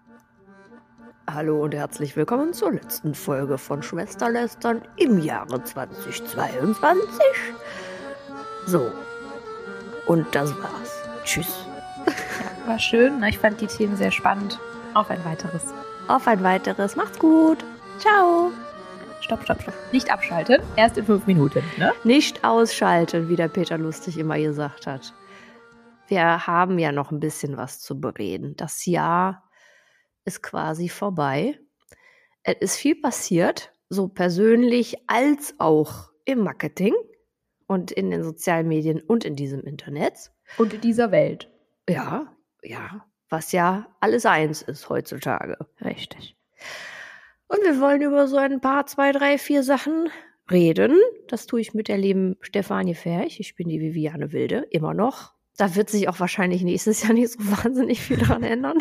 Hallo und herzlich willkommen zur letzten Folge von Schwesterlästern im Jahre 2022. So, und das war's. Tschüss. Ja, war schön. Ich fand die Themen sehr spannend. Auf ein weiteres. Auf ein weiteres. Macht's gut. Ciao. Stopp. Nicht abschalten. Erst in 5 Minuten, ne? Nicht ausschalten, wie der Peter Lustig immer gesagt hat. Wir haben ja noch ein bisschen was zu bereden. Das Jahr ist quasi vorbei. Es ist viel passiert, so persönlich als auch im Marketing und in den sozialen Medien und in diesem Internet. Und in dieser Welt. Ja, was ja alles eins ist heutzutage. Richtig. Und wir wollen über so ein paar, 2, 3, 4 Sachen reden. Das tue ich mit der lieben Stefanie Ferch. Ich bin die Viviane Wilde, immer noch. Da wird sich auch wahrscheinlich nächstes Jahr nicht so wahnsinnig viel dran ändern.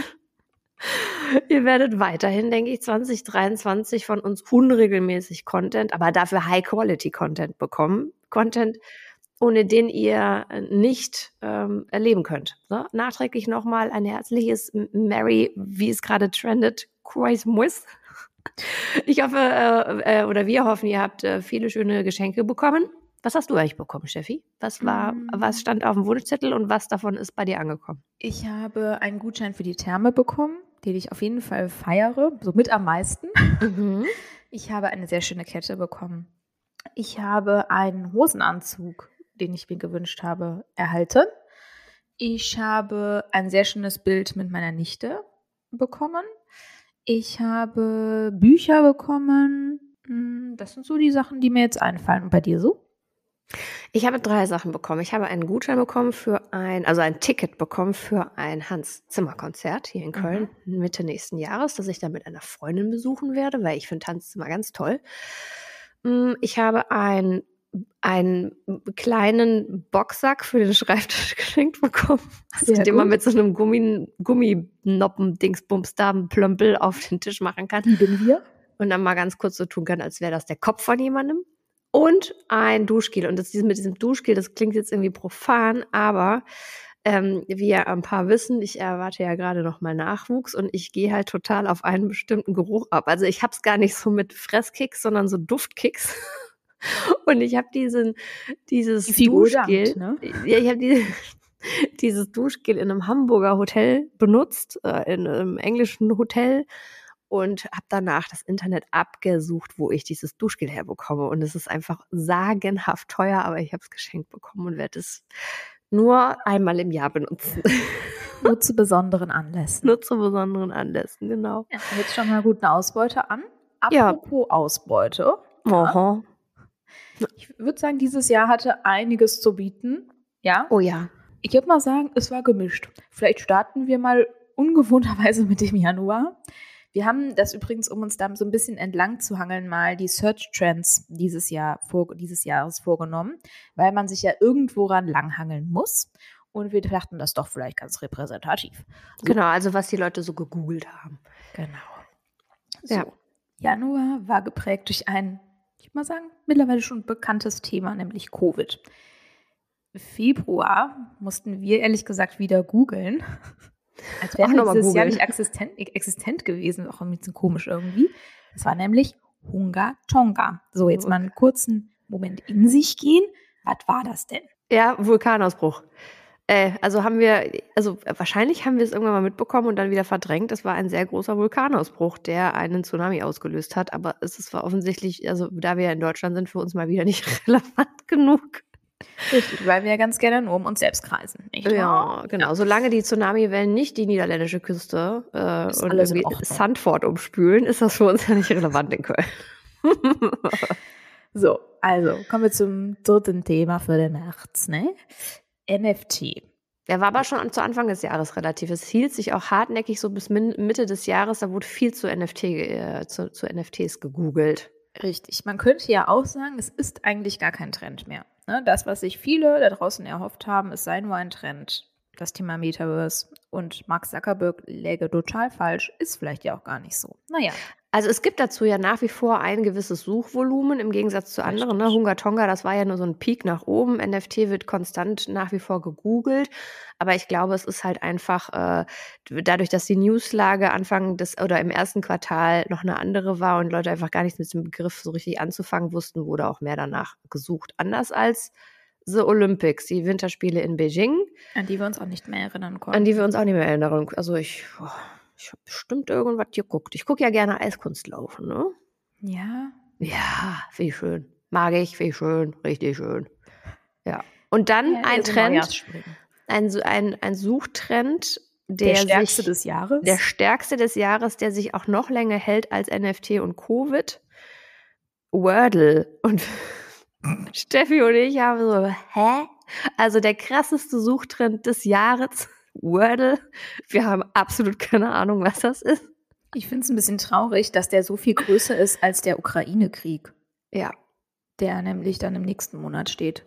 Ihr werdet weiterhin, denke ich, 2023 von uns unregelmäßig Content, aber dafür High-Quality-Content bekommen. Content, ohne den ihr nicht erleben könnt. So, nachträglich nochmal ein herzliches Merry, wie es gerade trendet, Christmas. Ich hoffe, oder wir hoffen, ihr habt viele schöne Geschenke bekommen. Was hast du eigentlich bekommen, Steffi? Was stand auf dem Wunschzettel und was davon ist bei dir angekommen? Ich habe einen Gutschein für die Therme bekommen, den ich auf jeden Fall feiere, so mit am meisten. Mhm. Ich habe eine sehr schöne Kette bekommen. Ich habe einen Hosenanzug, den ich mir gewünscht habe, erhalten. Ich habe ein sehr schönes Bild mit meiner Nichte bekommen. Ich habe Bücher bekommen. Das sind so die Sachen, die mir jetzt einfallen. Und bei dir so? Ich habe 3 Sachen bekommen. Ich habe einen Gutschein bekommen ein Ticket bekommen für ein Hans-Zimmer-Konzert hier in Köln Mitte nächsten Jahres, das ich dann mit einer Freundin besuchen werde, weil ich finde Hans-Zimmer ganz toll. Ich habe einen kleinen Boxsack für den Schreibtisch geschenkt bekommen, den man mit so einem Gumminoppen-Dingsbums da einen Plömpel auf den Tisch machen kann. Lieben wir. Und dann mal ganz kurz so tun kann, als wäre das der Kopf von jemandem. Und ein Duschgel. Und mit diesem Duschgel, das klingt jetzt irgendwie profan, aber wie ja ein paar wissen, ich erwarte ja gerade noch mal Nachwuchs und ich gehe halt total auf einen bestimmten Geruch ab. Also ich habe es gar nicht so mit Fresskicks, sondern so Duftkicks. Und ich habe dieses Duschgel, ne? ja, ich habe dieses Duschgel in einem Hamburger Hotel benutzt, in einem englischen Hotel. Und habe danach das Internet abgesucht, wo ich dieses Duschgel herbekomme. Und es ist einfach sagenhaft teuer, aber ich habe es geschenkt bekommen und werde es nur einmal im Jahr benutzen. Nur zu besonderen Anlässen. Nur zu besonderen Anlässen, genau. Ja, jetzt schon mal gut eine Ausbeute an. Apropos Ausbeute. Ja. Ich würde sagen, dieses Jahr hatte einiges zu bieten. Ja. Oh ja. Ich würde mal sagen, es war gemischt. Vielleicht starten wir mal ungewohnterweise mit dem Januar. Wir haben das übrigens, um uns da so ein bisschen entlang zu hangeln, mal die Search Trends dieses Jahres vorgenommen, weil man sich ja irgendwo ran langhangeln muss. Und wir dachten das doch vielleicht ganz repräsentativ. So. Genau, also was die Leute so gegoogelt haben. Genau. So. Ja. Januar war geprägt durch ein, ich würde mal sagen, mittlerweile schon bekanntes Thema, nämlich Covid. Februar mussten wir ehrlich gesagt wieder googeln. Als wäre dieses Jahr nicht existent gewesen, auch ein bisschen komisch irgendwie. Das war nämlich Hunga Tonga. So, jetzt mal einen kurzen Moment in sich gehen. Was war das denn? Ja, Vulkanausbruch. Wahrscheinlich haben wir es irgendwann mal mitbekommen und dann wieder verdrängt. Es war ein sehr großer Vulkanausbruch, der einen Tsunami ausgelöst hat. Aber es war offensichtlich, also da wir ja in Deutschland sind, für uns mal wieder nicht relevant genug. Richtig, weil wir ja ganz gerne nur um uns selbst kreisen. Nicht wahr? Ja, genau. Ja. Solange die Tsunamiwellen nicht die niederländische Küste und irgendwie Sandford umspülen, ist das für uns ja nicht relevant in Köln. So, also kommen wir zum dritten Thema für den März, ne? NFT. Der war aber schon zu Anfang des Jahres relativ. Es hielt sich auch hartnäckig so bis Mitte des Jahres. Da wurde viel zu NFTs gegoogelt. Richtig. Man könnte ja auch sagen, es ist eigentlich gar kein Trend mehr. Ne? Das, was sich viele da draußen erhofft haben, es sei nur ein Trend. Das Thema Metaverse und Mark Zuckerberg läge total falsch, ist vielleicht ja auch gar nicht so. Naja. Also es gibt dazu ja nach wie vor ein gewisses Suchvolumen im Gegensatz zu anderen. Ne? Hunga Tonga, das war ja nur so ein Peak nach oben. NFT wird konstant nach wie vor gegoogelt. Aber ich glaube, es ist halt einfach dadurch, dass die Newslage Anfang des oder im ersten Quartal noch eine andere war und Leute einfach gar nichts mit dem Begriff so richtig anzufangen wussten, wurde auch mehr danach gesucht. Anders als The Olympics, die Winterspiele in Beijing. An die wir uns auch nicht mehr erinnern konnten. An die wir uns auch nicht mehr erinnern. Also ich habe bestimmt irgendwas geguckt. Ich gucke ja gerne Eiskunstlaufen, ne? Ja. Ja, wie schön. Mag ich, wie schön, richtig schön. Ja. Und dann ein Trend, ein Suchtrend, der stärkste des Jahres. Der stärkste des Jahres, der sich auch noch länger hält als NFT und Covid. Wordle. Und Steffi und ich haben so, hä? Also der krasseste Suchtrend des Jahres, Wordle. Wir haben absolut keine Ahnung, was das ist. Ich finde es ein bisschen traurig, dass der so viel größer ist als der Ukraine-Krieg. Ja. Der nämlich dann im nächsten Monat steht.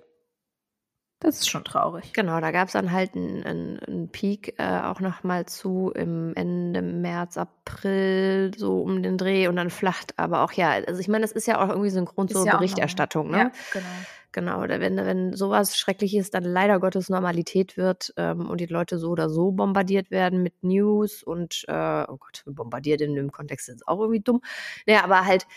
Das ist schon traurig. Genau, da gab es dann halt einen Peak auch nochmal zu im Ende März, April, so um den Dreh und dann flacht aber auch, ja, also ich meine, das ist ja auch irgendwie synchron zur Berichterstattung, ne? Ja, genau. Genau, wenn sowas Schreckliches dann leider Gottes Normalität wird und die Leute so oder so bombardiert werden mit News und, oh Gott, bombardiert in dem Kontext ist auch irgendwie dumm. Naja, aber halt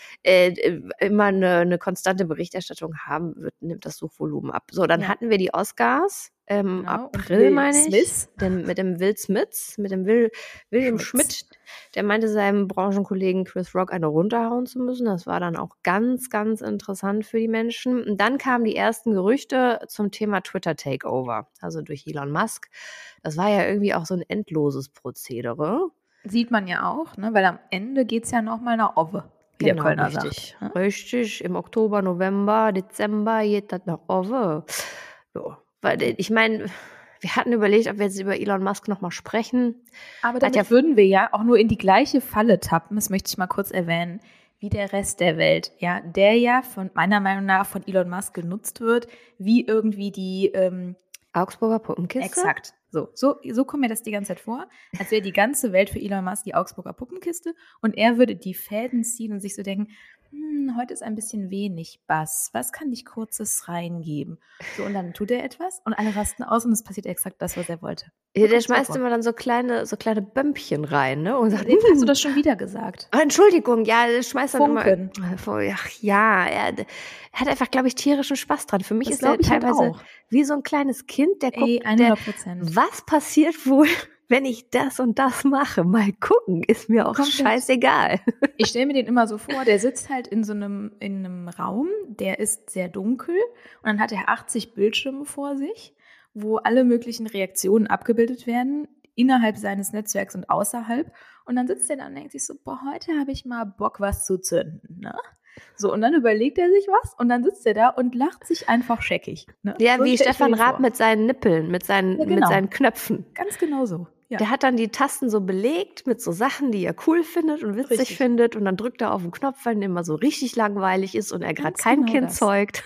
immer eine konstante Berichterstattung haben, nimmt das Suchvolumen ab. So, dann hatten wir die Oscars im April, meine ich, mit dem Will Smith, mit dem William Schmidt, der meinte seinem Branchenkollegen Chris Rock eine runterhauen zu müssen. Das war dann auch ganz, ganz interessant für die Menschen. Und dann kamen die ersten Gerüchte zum Thema Twitter-Takeover, also durch Elon Musk. Das war ja irgendwie auch so ein endloses Prozedere. Sieht man ja auch, ne? Weil am Ende geht es ja nochmal nach Owe, wie der Kölner richtig, sagt. Richtig, im Oktober, November, Dezember geht das nach Owe. So. Weil ich meine, wir hatten überlegt, ob wir jetzt über Elon Musk nochmal sprechen. Aber damit würden wir ja auch nur in die gleiche Falle tappen, das möchte ich mal kurz erwähnen, wie der Rest der Welt, ja, der ja von meiner Meinung nach von Elon Musk genutzt wird, wie irgendwie die Augsburger Puppenkiste? Exakt. So kommt mir das die ganze Zeit vor, als wäre die ganze Welt für Elon Musk die Augsburger Puppenkiste und er würde die Fäden ziehen und sich so denken, heute ist ein bisschen wenig Bass. Was kann ich Kurzes reingeben? So, und dann tut er etwas und alle rasten aus und es passiert exakt das, was er wollte. Ja, der schmeißt immer dann so kleine Bömpchen rein, ne? Und sagt, hast du das schon wieder gesagt? Entschuldigung, ja, der schmeißt dann Funken. immer. Ach ja, er hat einfach, glaube ich, tierischen Spaß dran. Für mich das ist er teilweise wie so ein kleines Kind, der guckt, 100%. Was passiert wohl, wenn ich das und das mache? Mal gucken, ist mir auch scheißegal. Ich stelle mir den immer so vor, der sitzt halt in einem Raum, der ist sehr dunkel und dann hat er 80 Bildschirme vor sich, wo alle möglichen Reaktionen abgebildet werden, innerhalb seines Netzwerks und außerhalb. Und dann sitzt er da und denkt sich so, heute habe ich mal Bock, was zu zünden, ne? So, und dann überlegt er sich was und dann sitzt er da und lacht sich einfach scheckig. Ne? Ja, so wie Stefan Raab mit seinen Nippeln, mit seinen Knöpfen. Ganz genau so. Ja. Der hat dann die Tasten so belegt mit so Sachen, die er cool findet und witzig findet und dann drückt er auf den Knopf, wenn ihm immer so richtig langweilig ist und er gerade kein Kind zeugt.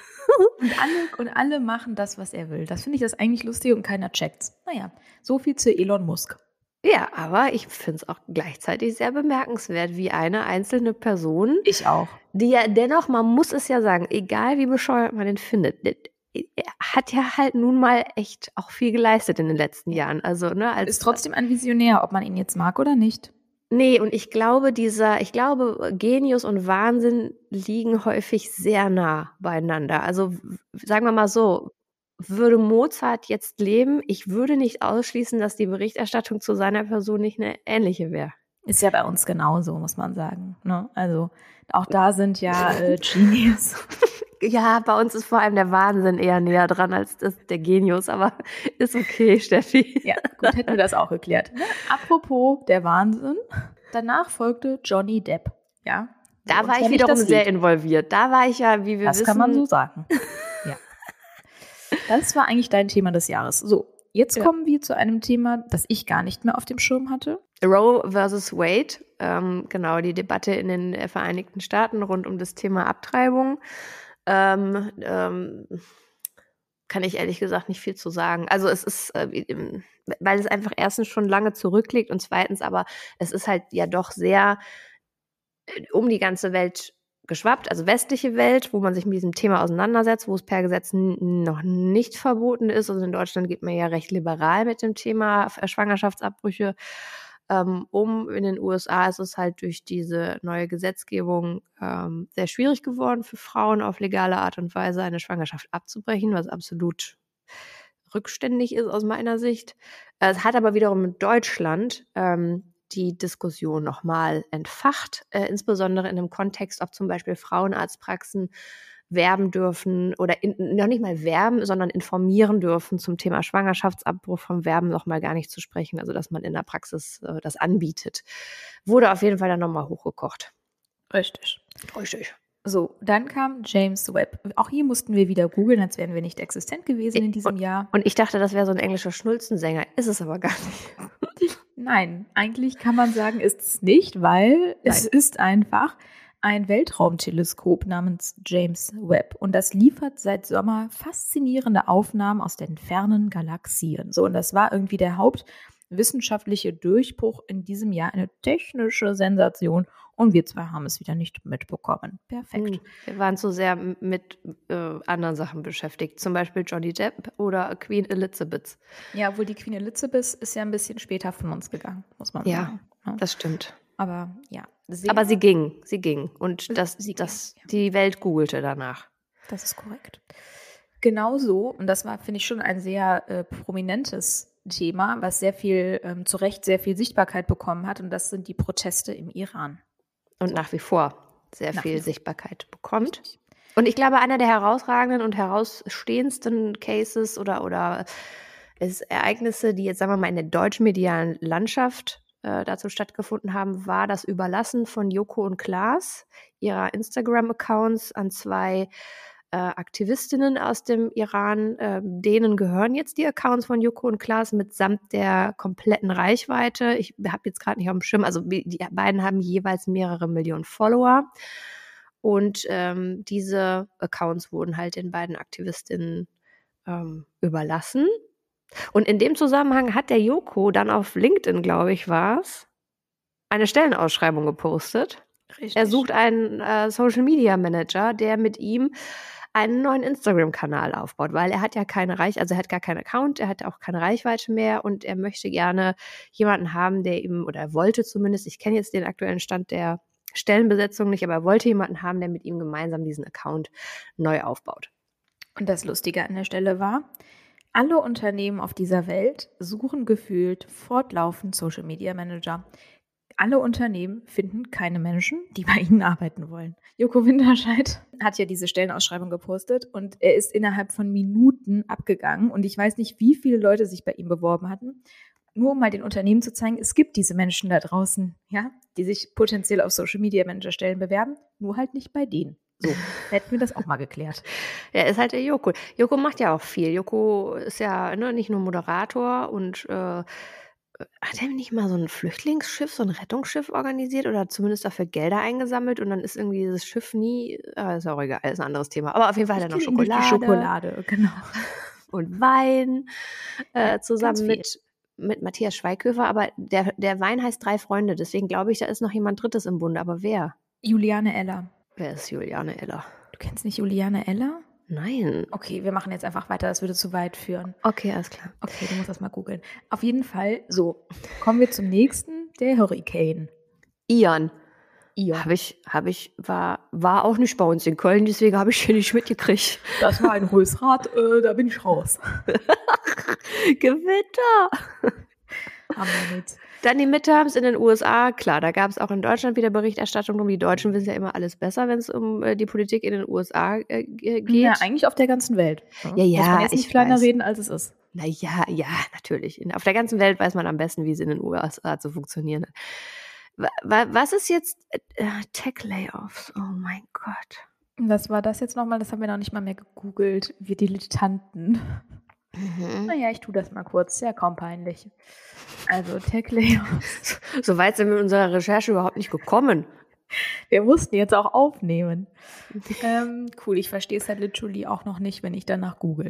Und alle machen das, was er will. Das finde ich das eigentlich lustig und keiner checkt's. Naja, so viel zu Elon Musk. Ja, aber ich finde es auch gleichzeitig sehr bemerkenswert, wie eine einzelne Person. Ich auch. Die ja dennoch, man muss es ja sagen, egal wie bescheuert man den findet, er hat ja halt nun mal echt auch viel geleistet in den letzten Jahren. Also, ne, ist trotzdem ein Visionär, ob man ihn jetzt mag oder nicht. Nee, und ich glaube, Genius und Wahnsinn liegen häufig sehr nah beieinander. Also, sagen wir mal so, würde Mozart jetzt leben, ich würde nicht ausschließen, dass die Berichterstattung zu seiner Person nicht eine ähnliche wäre. Ist ja bei uns genauso, muss man sagen. Ne? Also auch da sind ja Genius. Ja, bei uns ist vor allem der Wahnsinn eher näher dran als der Genius, aber ist okay, Steffi. Ja, gut, hätten wir das auch geklärt. Apropos der Wahnsinn, danach folgte Johnny Depp. Ja, da war ich wiederum sehr involviert. Da war ich ja, wie wir wissen. Das kann man so sagen. Ja. Das war eigentlich dein Thema des Jahres. So, jetzt kommen wir zu einem Thema, das ich gar nicht mehr auf dem Schirm hatte. Roe versus Wade, genau, die Debatte in den Vereinigten Staaten rund um das Thema Abtreibung. Kann ich ehrlich gesagt nicht viel zu sagen. Also es ist, weil es einfach erstens schon lange zurückliegt und zweitens aber, es ist halt ja doch sehr um die ganze Welt geschwappt, also westliche Welt, wo man sich mit diesem Thema auseinandersetzt, wo es per Gesetz noch nicht verboten ist. Also in Deutschland geht man ja recht liberal mit dem Thema Schwangerschaftsabbrüche in den USA ist es halt durch diese neue Gesetzgebung sehr schwierig geworden für Frauen auf legale Art und Weise eine Schwangerschaft abzubrechen, was absolut rückständig ist aus meiner Sicht. Es hat aber wiederum in Deutschland die Diskussion nochmal entfacht, insbesondere in dem Kontext, ob zum Beispiel Frauenarztpraxen werben dürfen oder noch nicht mal werben, sondern informieren dürfen zum Thema Schwangerschaftsabbruch, vom Werben noch mal gar nicht zu sprechen, also dass man in der Praxis das anbietet. Wurde auf jeden Fall dann nochmal hochgekocht. Richtig. So, dann kam James Webb. Auch hier mussten wir wieder googeln, als wären wir nicht existent gewesen in diesem Jahr. Und ich dachte, das wäre so ein englischer Schnulzensänger. Ist es aber gar nicht. Nein, eigentlich kann man sagen, ist es nicht, weil es ist einfach ein Weltraumteleskop namens James Webb. Und das liefert seit Sommer faszinierende Aufnahmen aus den fernen Galaxien. So, und das war irgendwie der hauptwissenschaftliche Durchbruch in diesem Jahr, eine technische Sensation. Und wir zwei haben es wieder nicht mitbekommen. Perfekt. Wir waren zu sehr mit anderen Sachen beschäftigt. Zum Beispiel Johnny Depp oder Queen Elizabeth. Ja, obwohl die Queen Elizabeth ist ja ein bisschen später von uns gegangen, muss man sagen. Ja, das stimmt. Aber ja. Aber sie ging. Und die Welt googelte danach. Das ist korrekt. Genauso, und das war, finde ich, schon ein sehr prominentes Thema, was sehr viel, zu Recht sehr viel Sichtbarkeit bekommen hat. Und das sind die Proteste im Iran. Und nach wie vor sehr viel Sichtbarkeit bekommt. Und ich glaube, einer der herausragenden und herausstehendsten Cases oder Ereignisse, die jetzt, sagen wir mal, in der deutschen medialen Landschaft dazu stattgefunden haben, war das Überlassen von Joko und Klaas ihrer Instagram-Accounts an zwei Aktivistinnen aus dem Iran. Denen gehören jetzt die Accounts von Joko und Klaas mitsamt der kompletten Reichweite. Ich habe jetzt gerade nicht auf dem Schirm, also die beiden haben jeweils mehrere Millionen Follower. Und diese Accounts wurden halt den beiden Aktivistinnen überlassen. Und in dem Zusammenhang hat der Joko dann auf LinkedIn, glaube ich, eine Stellenausschreibung gepostet. Richtig. Er sucht einen Social-Media-Manager, der mit ihm einen neuen Instagram-Kanal aufbaut, weil er hat ja keine Reichweite, also er hat gar keinen Account, er hat auch keine Reichweite mehr und er möchte gerne jemanden haben, der ihm, oder er wollte zumindest, ich kenne jetzt den aktuellen Stand der Stellenbesetzung nicht, aber er wollte jemanden haben, der mit ihm gemeinsam diesen Account neu aufbaut. Und das Lustige an der Stelle war, alle Unternehmen auf dieser Welt suchen gefühlt fortlaufend Social Media Manager. Alle Unternehmen finden keine Menschen, die bei ihnen arbeiten wollen. Joko Winterscheid hat ja diese Stellenausschreibung gepostet und er ist innerhalb von Minuten abgegangen. Und ich weiß nicht, wie viele Leute sich bei ihm beworben hatten. Nur um mal den Unternehmen zu zeigen, es gibt diese Menschen da draußen, ja, die sich potenziell auf Social Media Manager Stellen bewerben, nur halt nicht bei denen. So, hätten wir das auch mal geklärt. Ja, ist halt der Joko. Joko macht ja auch viel. Joko ist ja nicht nur Moderator und hat er nicht mal so ein Flüchtlingsschiff, so ein Rettungsschiff organisiert oder zumindest dafür Gelder eingesammelt und dann ist irgendwie dieses Schiff ist auch egal, ist ein anderes Thema. Aber auf jeden Fall hat er noch Schokolade, genau. Und Wein zusammen mit Matthias Schweighöfer. Aber der Wein heißt 3 Freunde, deswegen glaube ich, da ist noch jemand Drittes im Bunde. Aber wer? Juliane Eller. Wer ist Juliane Eller? Du kennst nicht Juliane Eller? Nein. Okay, wir machen jetzt einfach weiter, das würde zu weit führen. Okay, alles klar. Okay, du musst das mal googeln. Auf jeden Fall, so, kommen wir zum nächsten, der Hurricane. Ian. War auch nicht bei uns in Köln, deswegen habe ich hier nicht mitgekriegt. Das war ein Rösrad, da bin ich raus. Gewitter. Haben wir nicht. Dann die Midterms in den USA, klar, da gab es auch in Deutschland wieder Berichterstattung drum. Die Deutschen wissen ja immer alles besser, wenn es um die Politik in den USA geht. Ja, eigentlich auf der ganzen Welt. Ja, muss man jetzt nicht kleiner reden, als es ist. Ja, natürlich. Auf der ganzen Welt weiß man am besten, wie es in den USA zu funktionieren hat. Was ist jetzt Tech-Layoffs? Oh mein Gott. Was war das jetzt nochmal? Das haben wir noch nicht mal mehr gegoogelt. Wir Dilettanten. Naja, ich tue das mal kurz. Ja, kaum peinlich. Also Tech-Layoffs. So weit sind wir in unserer Recherche überhaupt nicht gekommen. Wir mussten jetzt auch aufnehmen. Cool, ich verstehe es halt literally auch noch nicht, wenn ich danach google.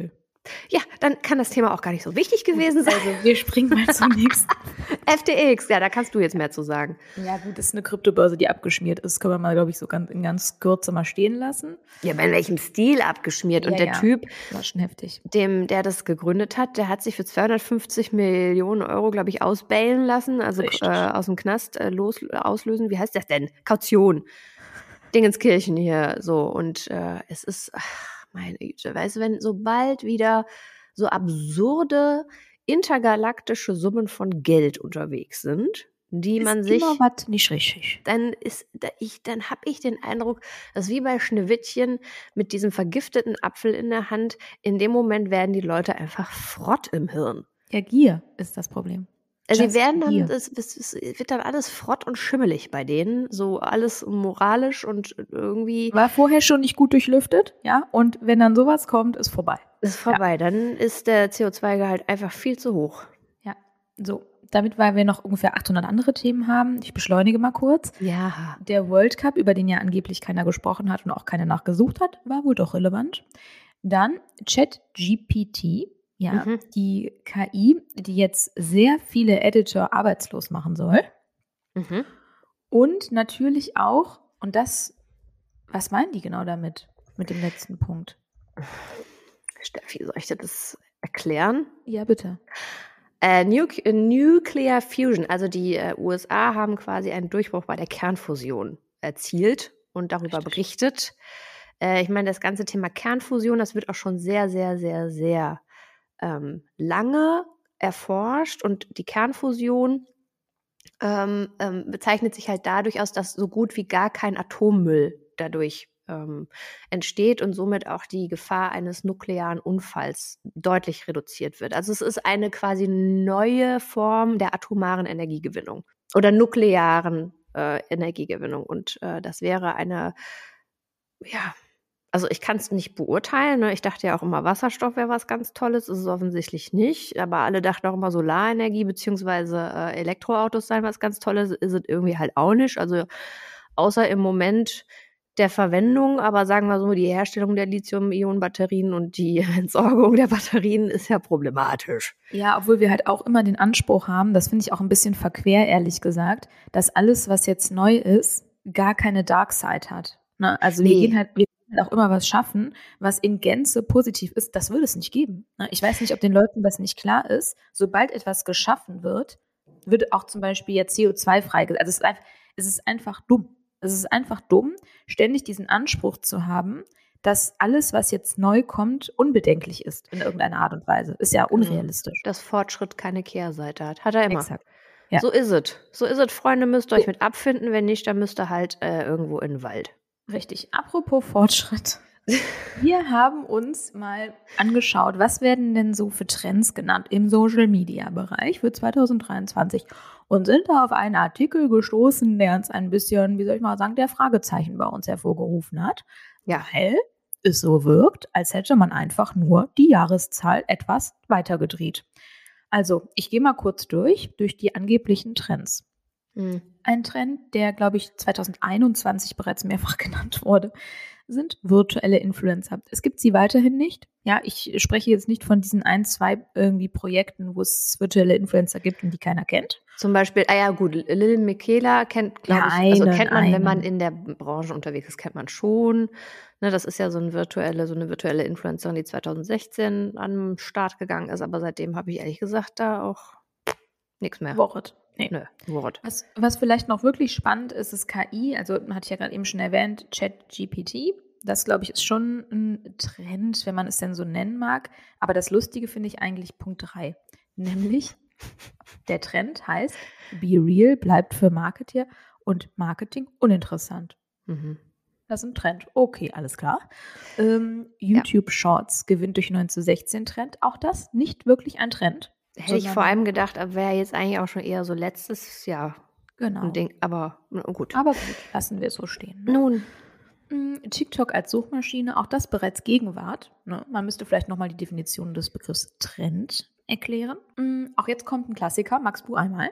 Ja, dann kann das Thema auch gar nicht so wichtig gewesen sein. Also wir springen mal zum nächsten. FTX, ja, da kannst du jetzt mehr zu sagen. Ja gut, das ist eine Kryptobörse, die abgeschmiert ist. Können wir mal, glaube ich, so in ganz Kürze mal stehen lassen. Ja, aber in welchem Stil abgeschmiert? Und der Typ, war schon heftig. der das gegründet hat, der hat sich für 250 Millionen Euro, glaube ich, ausbailen lassen, also aus dem Knast auslösen. Wie heißt das denn? Kaution. Dingenskirchen hier so. Und es ist, meine Güte, weißt du, wenn sobald wieder so absurde intergalaktische Summen von Geld unterwegs sind, die ist man sich immer was nicht richtig. Dann habe ich den Eindruck, dass wie bei Schneewittchen mit diesem vergifteten Apfel in der Hand, in dem Moment werden die Leute einfach Frott im Hirn. Ja, Gier ist das Problem. Also sie werden dann, es wird dann alles Frott und schimmelig bei denen, so alles moralisch und irgendwie. War vorher schon nicht gut durchlüftet, ja, und wenn dann sowas kommt, ist vorbei. Ist vorbei, ja. Dann ist der CO2-Gehalt einfach viel zu hoch. Ja, so. Damit, weil wir noch ungefähr 800 andere Themen haben, ich beschleunige mal kurz. Ja. Der World Cup, über den ja angeblich keiner gesprochen hat und auch keiner nachgesucht hat, war wohl doch relevant. Dann ChatGPT, ja, die KI, die jetzt sehr viele Editor arbeitslos machen soll. Mhm. Und natürlich auch, und das, was meinen die genau damit, mit dem letzten Punkt? Steffi, soll ich dir das erklären? Ja, bitte. Nuclear Fusion, also die USA haben quasi einen Durchbruch bei der Kernfusion erzielt und darüber berichtet. Ich meine, das ganze Thema Kernfusion, das wird auch schon sehr, sehr, sehr, sehr lange erforscht und die Kernfusion bezeichnet sich halt dadurch aus, dass so gut wie gar kein Atommüll dadurch entsteht und somit auch die Gefahr eines nuklearen Unfalls deutlich reduziert wird. Also es ist eine quasi neue Form der atomaren Energiegewinnung oder nuklearen Energiegewinnung. Und das wäre eine, ja, also ich kann es nicht beurteilen. Ne? Ich dachte ja auch immer, Wasserstoff wäre was ganz Tolles. Ist es offensichtlich nicht. Aber alle dachten auch immer, Solarenergie beziehungsweise Elektroautos seien was ganz Tolles. Ist es irgendwie halt auch nicht. Also außer im Moment der Verwendung, aber sagen wir so, die Herstellung der Lithium-Ionen-Batterien und die Entsorgung der Batterien ist ja problematisch. Ja, obwohl wir halt auch immer den Anspruch haben, das finde ich auch ein bisschen verquer, ehrlich gesagt, dass alles, was jetzt neu ist, gar keine Dark Side hat. Ne? Also wir können halt auch immer was schaffen, was in Gänze positiv ist. Das würde es nicht geben. Ne? Ich weiß nicht, ob den Leuten das nicht klar ist. Sobald etwas geschaffen wird, wird auch zum Beispiel jetzt CO2 freigesetzt. Also es ist einfach dumm. Es ist einfach dumm, ständig diesen Anspruch zu haben, dass alles, was jetzt neu kommt, unbedenklich ist in irgendeiner Art und Weise. Ist ja unrealistisch. Dass Fortschritt keine Kehrseite hat. Hat er immer. Exakt. Ja. So ist es. So ist es, Freunde, müsst ihr euch mit abfinden. Wenn nicht, dann müsst ihr halt irgendwo in den Wald. Richtig. Apropos Fortschritt. Wir haben uns mal angeschaut, was werden denn so für Trends genannt im Social-Media-Bereich für 2023 und sind da auf einen Artikel gestoßen, der uns ein bisschen, wie soll ich mal sagen, der Fragezeichen bei uns hervorgerufen hat. Ja, weil es so wirkt, als hätte man einfach nur die Jahreszahl etwas weitergedreht. Also, ich gehe mal kurz durch die angeblichen Trends. Ein Trend, der, glaube ich, 2021 bereits mehrfach genannt wurde, sind virtuelle Influencer. Es gibt sie weiterhin nicht. Ja, ich spreche jetzt nicht von diesen 1, 2 irgendwie Projekten, wo es virtuelle Influencer gibt und die keiner kennt. Zum Beispiel, Lil Miquela kennt, glaube ich, kennt man, wenn man in der Branche unterwegs ist, kennt man schon. Ne, das ist ja so eine virtuelle Influencerin, die 2016 an den Start gegangen ist, aber seitdem habe ich ehrlich gesagt da auch nichts mehr. Wort. Nee. Nö, Wort. Was vielleicht noch wirklich spannend ist, ist KI. Also hatte ich ja gerade eben schon erwähnt, ChatGPT. Das, glaube ich, ist schon ein Trend, wenn man es denn so nennen mag. Aber das Lustige finde ich eigentlich Punkt 3. Nämlich, der Trend heißt, Be Real bleibt für Marketeer und Marketing uninteressant. Das ist ein Trend. Okay, alles klar. YouTube Shorts gewinnt durch 9:16 Trend. Auch das nicht wirklich ein Trend. Hätte ich vor allem gedacht, wäre jetzt eigentlich auch schon eher so letztes Jahr genau. ein Ding. Aber gut. Aber gut, lassen wir es so stehen. Ne? Nun. TikTok als Suchmaschine, auch das bereits Gegenwart. Ne? Man müsste vielleicht nochmal die Definition des Begriffs Trend erklären. Auch jetzt kommt ein Klassiker. Magst du einmal?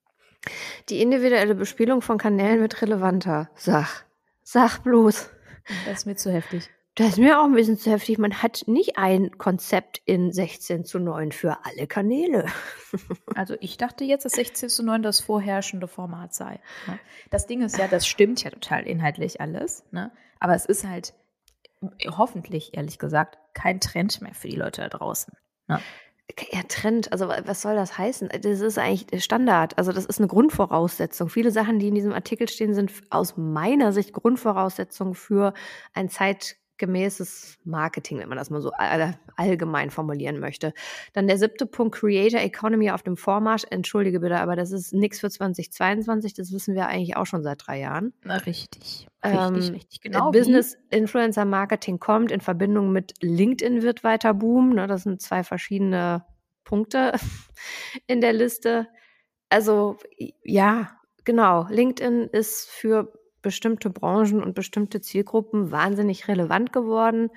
Die individuelle Bespielung von Kanälen wird relevanter. Sag bloß. Das ist mir zu heftig. Das ist mir auch ein bisschen zu heftig. Man hat nicht ein Konzept in 16:9 für alle Kanäle. Also ich dachte jetzt, dass 16:9 das vorherrschende Format sei. Ne? Das Ding ist ja, das stimmt ja total inhaltlich alles, ne? Aber es ist halt hoffentlich, ehrlich gesagt, kein Trend mehr für die Leute da draußen. Ne? Ja, Trend, also was soll das heißen? Das ist eigentlich Standard, also das ist eine Grundvoraussetzung. Viele Sachen, die in diesem Artikel stehen, sind aus meiner Sicht Grundvoraussetzungen für ein zeitgemäßes Marketing, wenn man das mal so allgemein formulieren möchte. Dann der 7. Punkt, Creator Economy auf dem Vormarsch. Entschuldige bitte, aber das ist nichts für 2022, das wissen wir eigentlich auch schon seit 3 Jahren. Na, richtig. Richtig. Genau Business Influencer Marketing kommt in Verbindung mit LinkedIn wird weiter boomen. Ne? Das sind 2 verschiedene Punkte in der Liste. Also ja, genau. LinkedIn ist für bestimmte Branchen und bestimmte Zielgruppen wahnsinnig relevant geworden.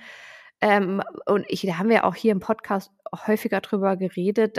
Und da haben wir auch hier im Podcast häufiger drüber geredet.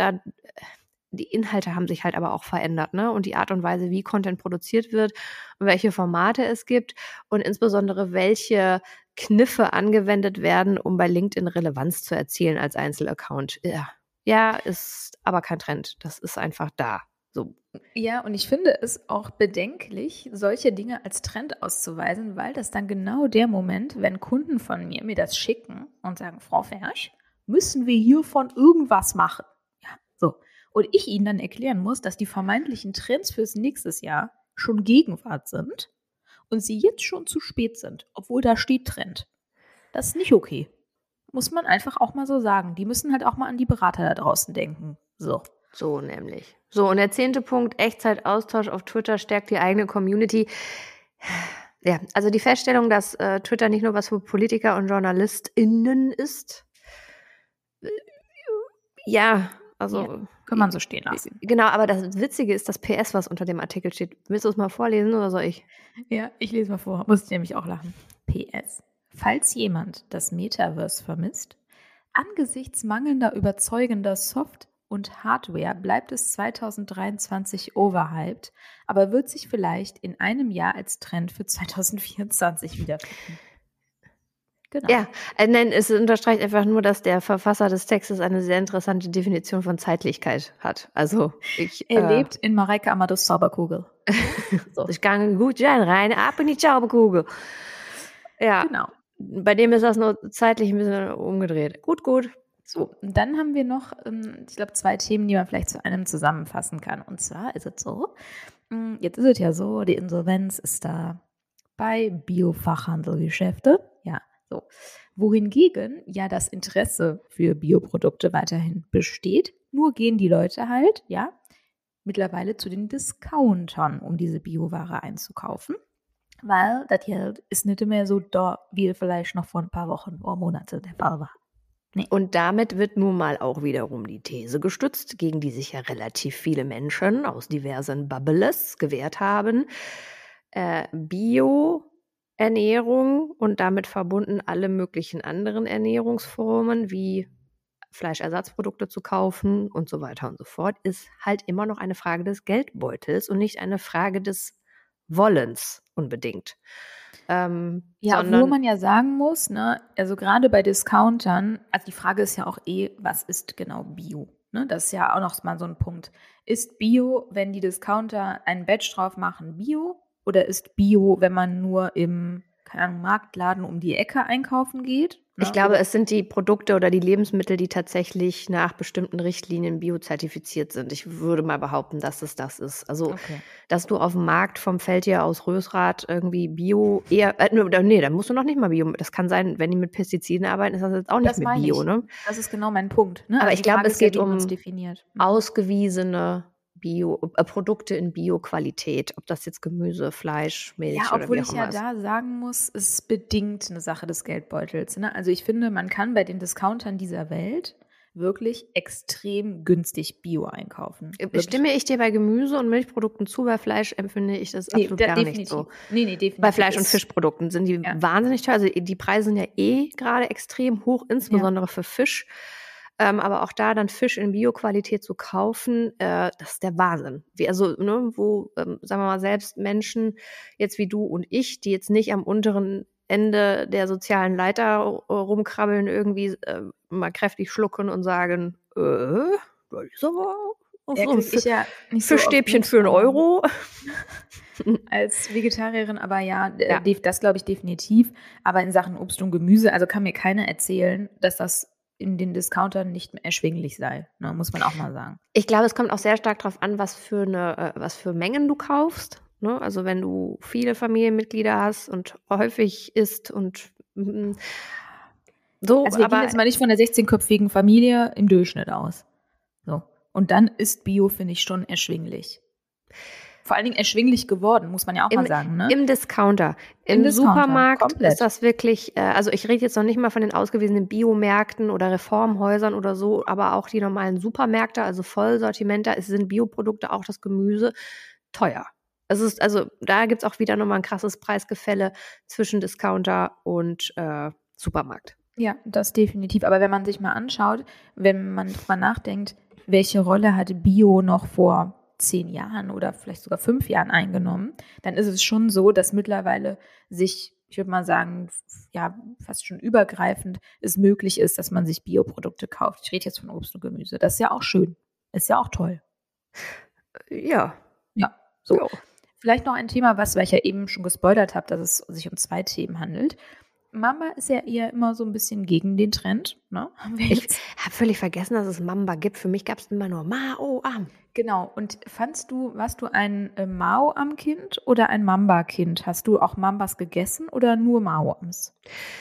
Die Inhalte haben sich halt aber auch verändert, ne? Und die Art und Weise, wie Content produziert wird und welche Formate es gibt und insbesondere welche Kniffe angewendet werden, um bei LinkedIn Relevanz zu erzielen als Einzelaccount. Ja, ist aber kein Trend. Das ist einfach da. So. Ja, und ich finde es auch bedenklich, solche Dinge als Trend auszuweisen, weil das dann genau der Moment, wenn Kunden von mir das schicken und sagen, Frau Fersch, müssen wir hiervon irgendwas machen. Ja, so. Und ich ihnen dann erklären muss, dass die vermeintlichen Trends fürs nächste Jahr schon Gegenwart sind und sie jetzt schon zu spät sind, obwohl da steht Trend. Das ist nicht okay. Muss man einfach auch mal so sagen. Die müssen halt auch mal an die Berater da draußen denken. So nämlich. So, und der 10. Punkt, Echtzeitaustausch auf Twitter stärkt die eigene Community. Ja, also die Feststellung, dass Twitter nicht nur was für Politiker und JournalistInnen ist. Ja, also. Ja, kann man so stehen lassen. Genau, aber das Witzige ist das PS, was unter dem Artikel steht. Willst du es mal vorlesen oder soll ich? Ja, ich lese mal vor. Muss ich nämlich auch lachen. PS. Falls jemand das Metaverse vermisst, angesichts mangelnder überzeugender Soft- und Hardware bleibt es 2023 overhyped, aber wird sich vielleicht in einem Jahr als Trend für 2024 wiederfinden. Genau. Ja, nein, es unterstreicht einfach nur, dass der Verfasser des Textes eine sehr interessante Definition von Zeitlichkeit hat. Also er lebt in Mareike Amados Zauberkugel. So. Ich kann gut sein, rein ab in die Zauberkugel. Ja, genau. Bei dem ist das nur zeitlich ein bisschen umgedreht. Gut. So, und dann haben wir noch, ich glaube, 2 Themen, die man vielleicht zu einem zusammenfassen kann. Und zwar ist es so, jetzt ist es ja so, die Insolvenz ist da bei Biofachhandelgeschäfte, ja, so. Wohingegen ja das Interesse für Bioprodukte weiterhin besteht, nur gehen die Leute halt, ja, mittlerweile zu den Discountern, um diese Bioware einzukaufen. Weil das Geld ist nicht mehr so da, wie vielleicht noch vor ein paar Wochen oder Monaten der Fall war. Nee. Und damit wird nun mal auch wiederum die These gestützt, gegen die sich ja relativ viele Menschen aus diversen Bubbles gewehrt haben. Bio-Ernährung und damit verbunden alle möglichen anderen Ernährungsformen wie Fleischersatzprodukte zu kaufen und so weiter und so fort, ist halt immer noch eine Frage des Geldbeutels und nicht eine Frage des Wollens unbedingt. Obwohl man ja sagen muss, ne, also gerade bei Discountern, also die Frage ist ja auch was ist genau Bio? Ne, das ist ja auch noch mal so ein Punkt. Ist Bio, wenn die Discounter einen Badge drauf machen, Bio? Oder ist Bio, wenn man nur im, keine Ahnung, Marktladen um die Ecke einkaufen geht? Ne? Ich glaube, es sind die Produkte oder die Lebensmittel, die tatsächlich nach bestimmten Richtlinien biozertifiziert sind. Ich würde mal behaupten, dass es das ist. Also, dass du auf dem Markt vom Feldtier aus Rösrath irgendwie Bio eher, nee, da musst du noch nicht mal Bio. Das kann sein, wenn die mit Pestiziden arbeiten, ist das jetzt auch nicht mehr Bio, ne? Das ist genau mein Punkt. Ne? Aber also ich glaube, es geht um definiert. ausgewiesene Produkte in Bio-Qualität, ob das jetzt Gemüse, Fleisch, Milch oder wie auch immer ist. Obwohl ich ja da sagen muss, es ist bedingt eine Sache des Geldbeutels. Ne? Also ich finde, man kann bei den Discountern dieser Welt wirklich extrem günstig Bio einkaufen. Stimme ich dir bei Gemüse- und Milchprodukten zu, bei Fleisch empfinde ich das absolut gar nicht so. Nee, definitiv. Bei Fleisch- und Fischprodukten sind die wahnsinnig teuer. Also die Preise sind ja gerade extrem hoch, insbesondere für Fisch. Aber auch da dann Fisch in Bio-Qualität zu kaufen, das ist der Wahnsinn. Sagen wir mal, selbst Menschen jetzt wie du und ich, die jetzt nicht am unteren Ende der sozialen Leiter rumkrabbeln, irgendwie mal kräftig schlucken und sagen, das ist aber Ja, krieg ich ja nicht so oft Fischstäbchen mit, für 1 Euro. als Vegetarierin, aber ja, Ja. das glaube ich definitiv. Aber in Sachen Obst und Gemüse, also kann mir keiner erzählen, dass das in den Discountern nicht mehr erschwinglich sei. Ne, muss man auch mal sagen. Ich glaube, es kommt auch sehr stark darauf an, was für Mengen du kaufst. Ne? Also wenn du viele Familienmitglieder hast und häufig isst und so. Also wir gehen jetzt mal nicht von der 16-köpfigen Familie im Durchschnitt aus. So. Und dann ist Bio, finde ich, schon erschwinglich. Vor allen Dingen erschwinglich geworden, muss man ja auch mal sagen. Ne? Im Discounter. Im Discounter, Supermarkt komplett. ist das wirklich, also ich rede jetzt noch nicht mal von den ausgewiesenen Biomärkten oder Reformhäusern oder so, aber auch die normalen Supermärkte, also Vollsortimenter, sind Bioprodukte, auch das Gemüse, teuer. Also da gibt es auch wieder nochmal ein krasses Preisgefälle zwischen Discounter und Supermarkt. Ja, das definitiv. Aber wenn man sich mal anschaut, wenn man drüber nachdenkt, welche Rolle hat Bio noch vor 10 Jahren oder vielleicht sogar 5 Jahren eingenommen, dann ist es schon so, dass mittlerweile sich, ich würde mal sagen, ja, fast schon übergreifend es möglich ist, dass man sich Bioprodukte kauft. Ich rede jetzt von Obst und Gemüse. Das ist ja auch schön. Ist ja auch toll. Ja. Ja, so. Jo. Vielleicht noch ein Thema, weil ich ja eben schon gespoilert habe, dass es sich um 2 Themen handelt. Mamba ist ja eher immer so ein bisschen gegen den Trend. Ne? Ich habe völlig vergessen, dass es Mamba gibt. Für mich gab es immer nur Mao-Am. Genau. Und warst du ein Mao-Am-Kind oder ein Mamba-Kind? Hast du auch Mambas gegessen oder nur Mao-Ams?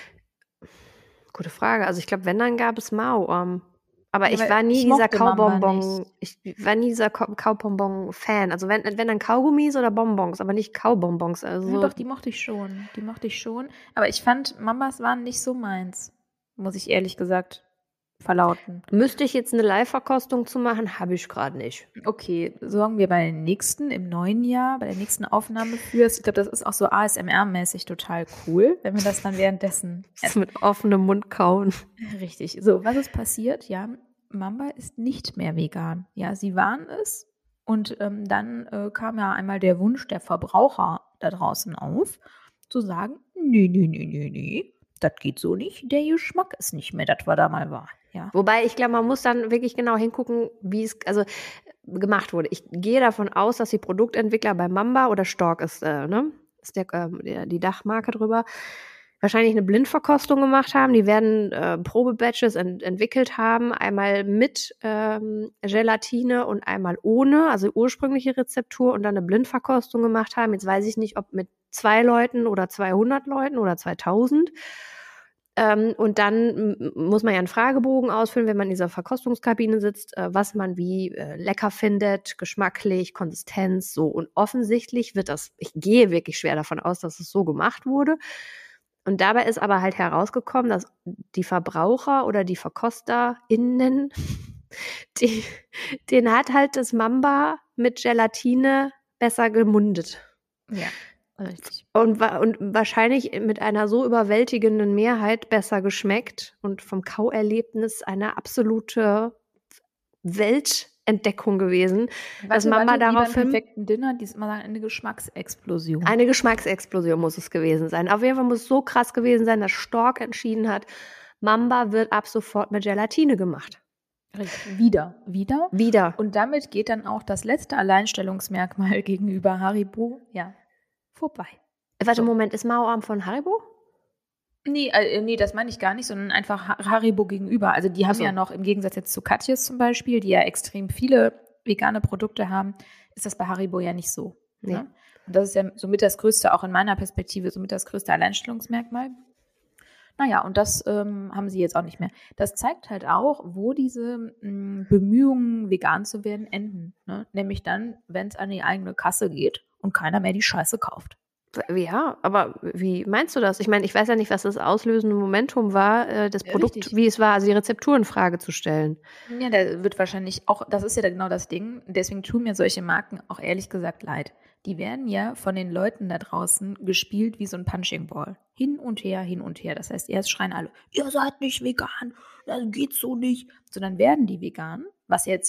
Gute Frage. Also ich glaube, wenn, dann gab es Mao-Am. Aber Ja, ich weil war nie ich dieser mochte Mamba Kaubonbon, ich war nie dieser Kaubonbon-Fan. Also wenn dann Kaugummis oder Bonbons, aber nicht Kaubonbons. Also Doch, die mochte ich schon. Aber ich fand, Mambas waren nicht so meins, muss ich ehrlich gesagt verlauten. müsste ich jetzt eine Live-Verkostung zu machen, habe ich gerade nicht. Okay, sorgen wir bei den nächsten im neuen Jahr, bei der nächsten Aufnahme für. Ich glaube, das ist auch so ASMR-mäßig total cool, wenn wir das dann währenddessen Das mit offenem Mund kauen. Richtig. So, was ist passiert? Ja, Mamba ist nicht mehr vegan. Ja, sie waren es. Und dann kam ja einmal der Wunsch der Verbraucher da draußen auf, zu sagen, nee, das geht so nicht. Der Geschmack ist nicht mehr das, was da mal war. Ja. Wobei, ich glaube, man muss dann wirklich genau hingucken, wie es gemacht wurde. Ich gehe davon aus, dass die Produktentwickler bei Mamba oder Stork ist die Dachmarke drüber, wahrscheinlich eine Blindverkostung gemacht haben. Die werden Probebatches entwickelt haben, einmal mit Gelatine und einmal ohne, also ursprüngliche Rezeptur, und dann eine Blindverkostung gemacht haben. Jetzt weiß ich nicht, ob mit 2 Leuten oder 200 Leuten oder 2000. Und dann muss man ja einen Fragebogen ausfüllen, wenn man in dieser Verkostungskabine sitzt, was man wie lecker findet, geschmacklich, Konsistenz, so. Und offensichtlich ich gehe wirklich schwer davon aus, dass es so gemacht wurde. Und dabei ist aber halt herausgekommen, dass die Verbraucher oder die VerkosterInnen, den hat halt das Mamba mit Gelatine besser gemundet. Ja, richtig. Und wahrscheinlich mit einer so überwältigenden Mehrheit besser geschmeckt und vom Kauerlebnis eine absolute Weltentdeckung gewesen, dass Mamba daraufhin beim perfekten Dinner diesmal eine Geschmacksexplosion. Eine Geschmacksexplosion muss es gewesen sein. Auf jeden Fall muss es so krass gewesen sein, dass Stork entschieden hat, Mamba wird ab sofort mit Gelatine gemacht. Richtig. Wieder. Und damit geht dann auch das letzte Alleinstellungsmerkmal gegenüber Haribo, vorbei. Warte, Moment, ist Mao-Am von Haribo? Nee, das meine ich gar nicht, sondern einfach Haribo gegenüber. Also die haben ja noch, im Gegensatz jetzt zu Katjes zum Beispiel, die ja extrem viele vegane Produkte haben, ist das bei Haribo ja nicht so. Nee. Ne? Und das ist ja somit das größte, auch in meiner Perspektive, somit das größte Alleinstellungsmerkmal. Naja, und das haben sie jetzt auch nicht mehr. Das zeigt halt auch, wo diese Bemühungen, vegan zu werden, enden. Ne? Nämlich dann, wenn es an die eigene Kasse geht und keiner mehr die Scheiße kauft. Ja, aber wie meinst du das? Ich meine, ich weiß ja nicht, was das auslösende Momentum war, das Produkt, richtig. wie es war, also die Rezeptur in Frage zu stellen. Ja, da wird wahrscheinlich auch, das ist ja genau das Ding, deswegen tun mir solche Marken auch ehrlich gesagt leid. Die werden ja von den Leuten da draußen gespielt wie so ein Punching Ball. Hin und her. Das heißt, erst schreien alle, ihr seid nicht vegan, das geht so nicht. So, dann werden die vegan, was jetzt auch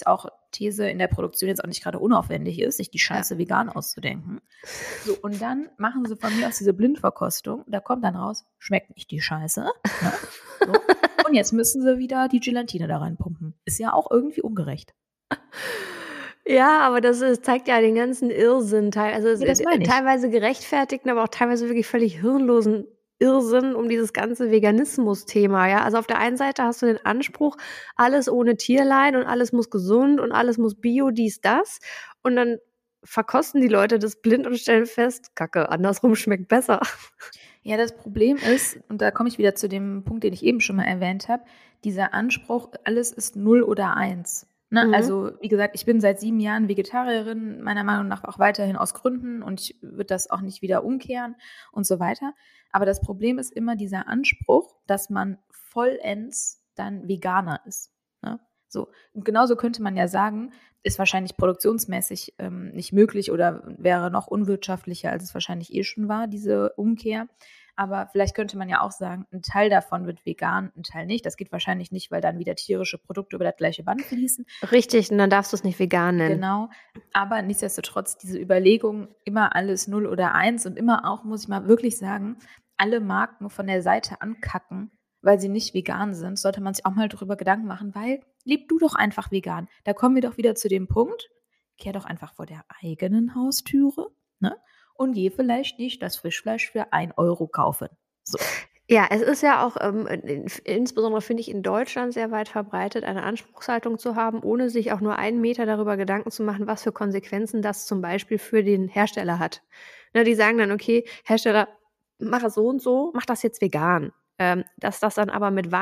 These in der Produktion jetzt auch nicht gerade unaufwendig ist, sich die Scheiße vegan auszudenken. So, und dann machen sie von mir aus diese Blindverkostung. Da kommt dann raus, schmeckt nicht die Scheiße. Ne? So. Und jetzt müssen sie wieder die Gelatine da reinpumpen. Ist ja auch irgendwie ungerecht. Ja, aber zeigt ja den ganzen Irrsinn, das meine ich. teilweise gerechtfertigten, aber auch teilweise wirklich völlig hirnlosen Irrsinn um dieses ganze Veganismus-Thema, ja. Also auf der einen Seite hast du den Anspruch, alles ohne Tierleid und alles muss gesund und alles muss bio, dies, das. Und dann verkosten die Leute das blind und stellen fest, Kacke, andersrum schmeckt besser. Ja, das Problem ist, und da komme ich wieder zu dem Punkt, den ich eben schon mal erwähnt habe, dieser Anspruch, alles ist 0 oder 1. Ne? Mhm. Also, wie gesagt, ich bin seit 7 Jahren Vegetarierin, meiner Meinung nach auch weiterhin aus Gründen und ich würde das auch nicht wieder umkehren und so weiter. Aber das Problem ist immer dieser Anspruch, dass man vollends dann Veganer ist. Ne? So. Und genauso könnte man ja sagen, ist wahrscheinlich produktionsmäßig nicht möglich oder wäre noch unwirtschaftlicher, als es wahrscheinlich schon war, diese Umkehr. Aber vielleicht könnte man ja auch sagen, ein Teil davon wird vegan, ein Teil nicht. Das geht wahrscheinlich nicht, weil dann wieder tierische Produkte über das gleiche Band fließen. Richtig, und dann darfst du es nicht vegan nennen. Genau, aber nichtsdestotrotz diese Überlegung, immer alles 0 oder 1 und immer auch, muss ich mal wirklich sagen, alle Marken von der Seite ankacken, weil sie nicht vegan sind, sollte man sich auch mal darüber Gedanken machen, weil leb du doch einfach vegan. Da kommen wir doch wieder zu dem Punkt, kehr doch einfach vor der eigenen Haustüre, ne? Und geh vielleicht nicht das Frischfleisch für 1 Euro kaufen. So. Ja, es ist ja auch, insbesondere finde ich in Deutschland sehr weit verbreitet, eine Anspruchshaltung zu haben, ohne sich auch nur einen Meter darüber Gedanken zu machen, was für Konsequenzen das zum Beispiel für den Hersteller hat. Ne, die sagen dann, okay, Hersteller, mach es so und so, mach das jetzt vegan. Dass das dann aber mit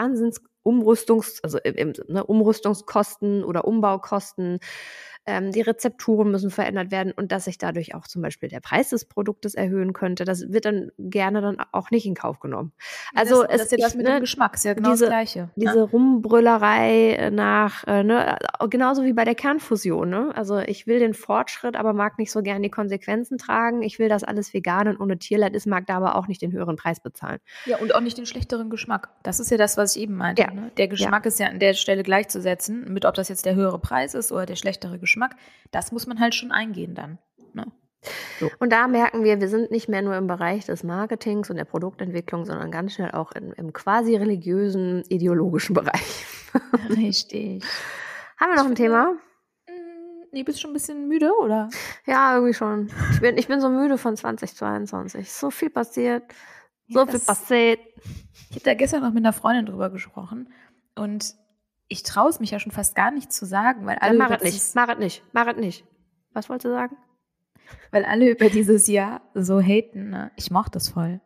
Umrüstungskosten oder Umbaukosten, die Rezepturen müssen verändert werden und dass sich dadurch auch zum Beispiel der Preis des Produktes erhöhen könnte, das wird dann gerne dann auch nicht in Kauf genommen. Also das ist ja das mit dem Geschmack, ist ja genau das Gleiche. Diese Rumbrüllerei nach, genauso wie bei der Kernfusion. Ne? Also ich will den Fortschritt, aber mag nicht so gern die Konsequenzen tragen. Ich will, dass alles vegan und ohne Tierleid ist, mag da aber auch nicht den höheren Preis bezahlen. Ja, und auch nicht den schlechteren Geschmack. Das ist ja das, was ich eben meinte. Ja. Ne? Der Geschmack ist ja an der Stelle gleichzusetzen, mit ob das jetzt der höhere Preis ist oder der schlechtere Geschmack. Das muss man halt schon eingehen dann. Ne? So. Und da merken wir sind nicht mehr nur im Bereich des Marketings und der Produktentwicklung, sondern ganz schnell auch im quasi religiösen, ideologischen Bereich. Richtig. Haben wir noch ein Thema? Nee, bist du schon ein bisschen müde, oder? Ja, irgendwie schon. Ich bin so müde von 2022. So viel passiert. So viel passiert. Ich habe da gestern noch mit einer Freundin drüber gesprochen und ich traue es mich ja schon fast gar nicht zu sagen, weil alle Mach es nicht. Was wolltest du sagen? Weil alle über dieses Jahr so haten, ne? Ich mochte es voll.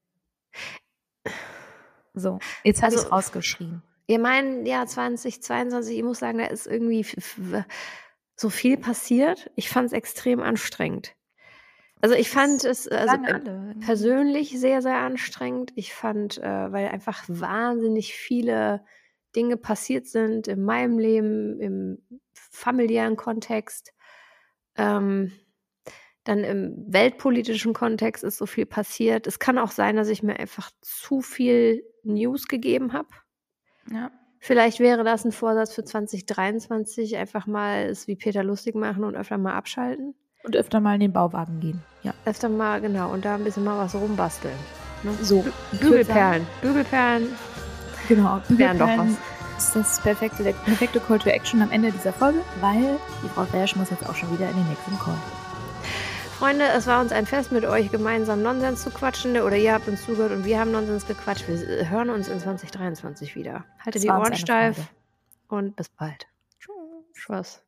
So, jetzt habe ich es rausgeschrien. Ihr meint, ja, 2022, ich muss sagen, da ist irgendwie so viel passiert. Ich fand es extrem anstrengend. Also ich fand es persönlich sehr, sehr anstrengend. Ich fand, weil einfach wahnsinnig viele Dinge passiert sind in meinem Leben, im familiären Kontext, dann im weltpolitischen Kontext ist so viel passiert. Es kann auch sein, dass ich mir einfach zu viel News gegeben habe. Ja. Vielleicht wäre das ein Vorsatz für 2023, einfach mal es wie Peter lustig machen und öfter mal abschalten. Und öfter mal in den Bauwagen gehen. Ja. Öfter mal, genau, und da ein bisschen mal was rumbasteln. Ne? So. Bügelperlen. Genau. Wären doch was. Ist der perfekte Call to Action am Ende dieser Folge, weil die Frau Fersch muss jetzt auch schon wieder in den nächsten Call. Freunde, es war uns ein Fest, mit euch gemeinsam Nonsens zu quatschen. Oder ihr habt uns zugehört und wir haben Nonsens gequatscht. Wir hören uns in 2023 wieder. Haltet die Ohren steif und bis bald. Tschüss. Tschüss.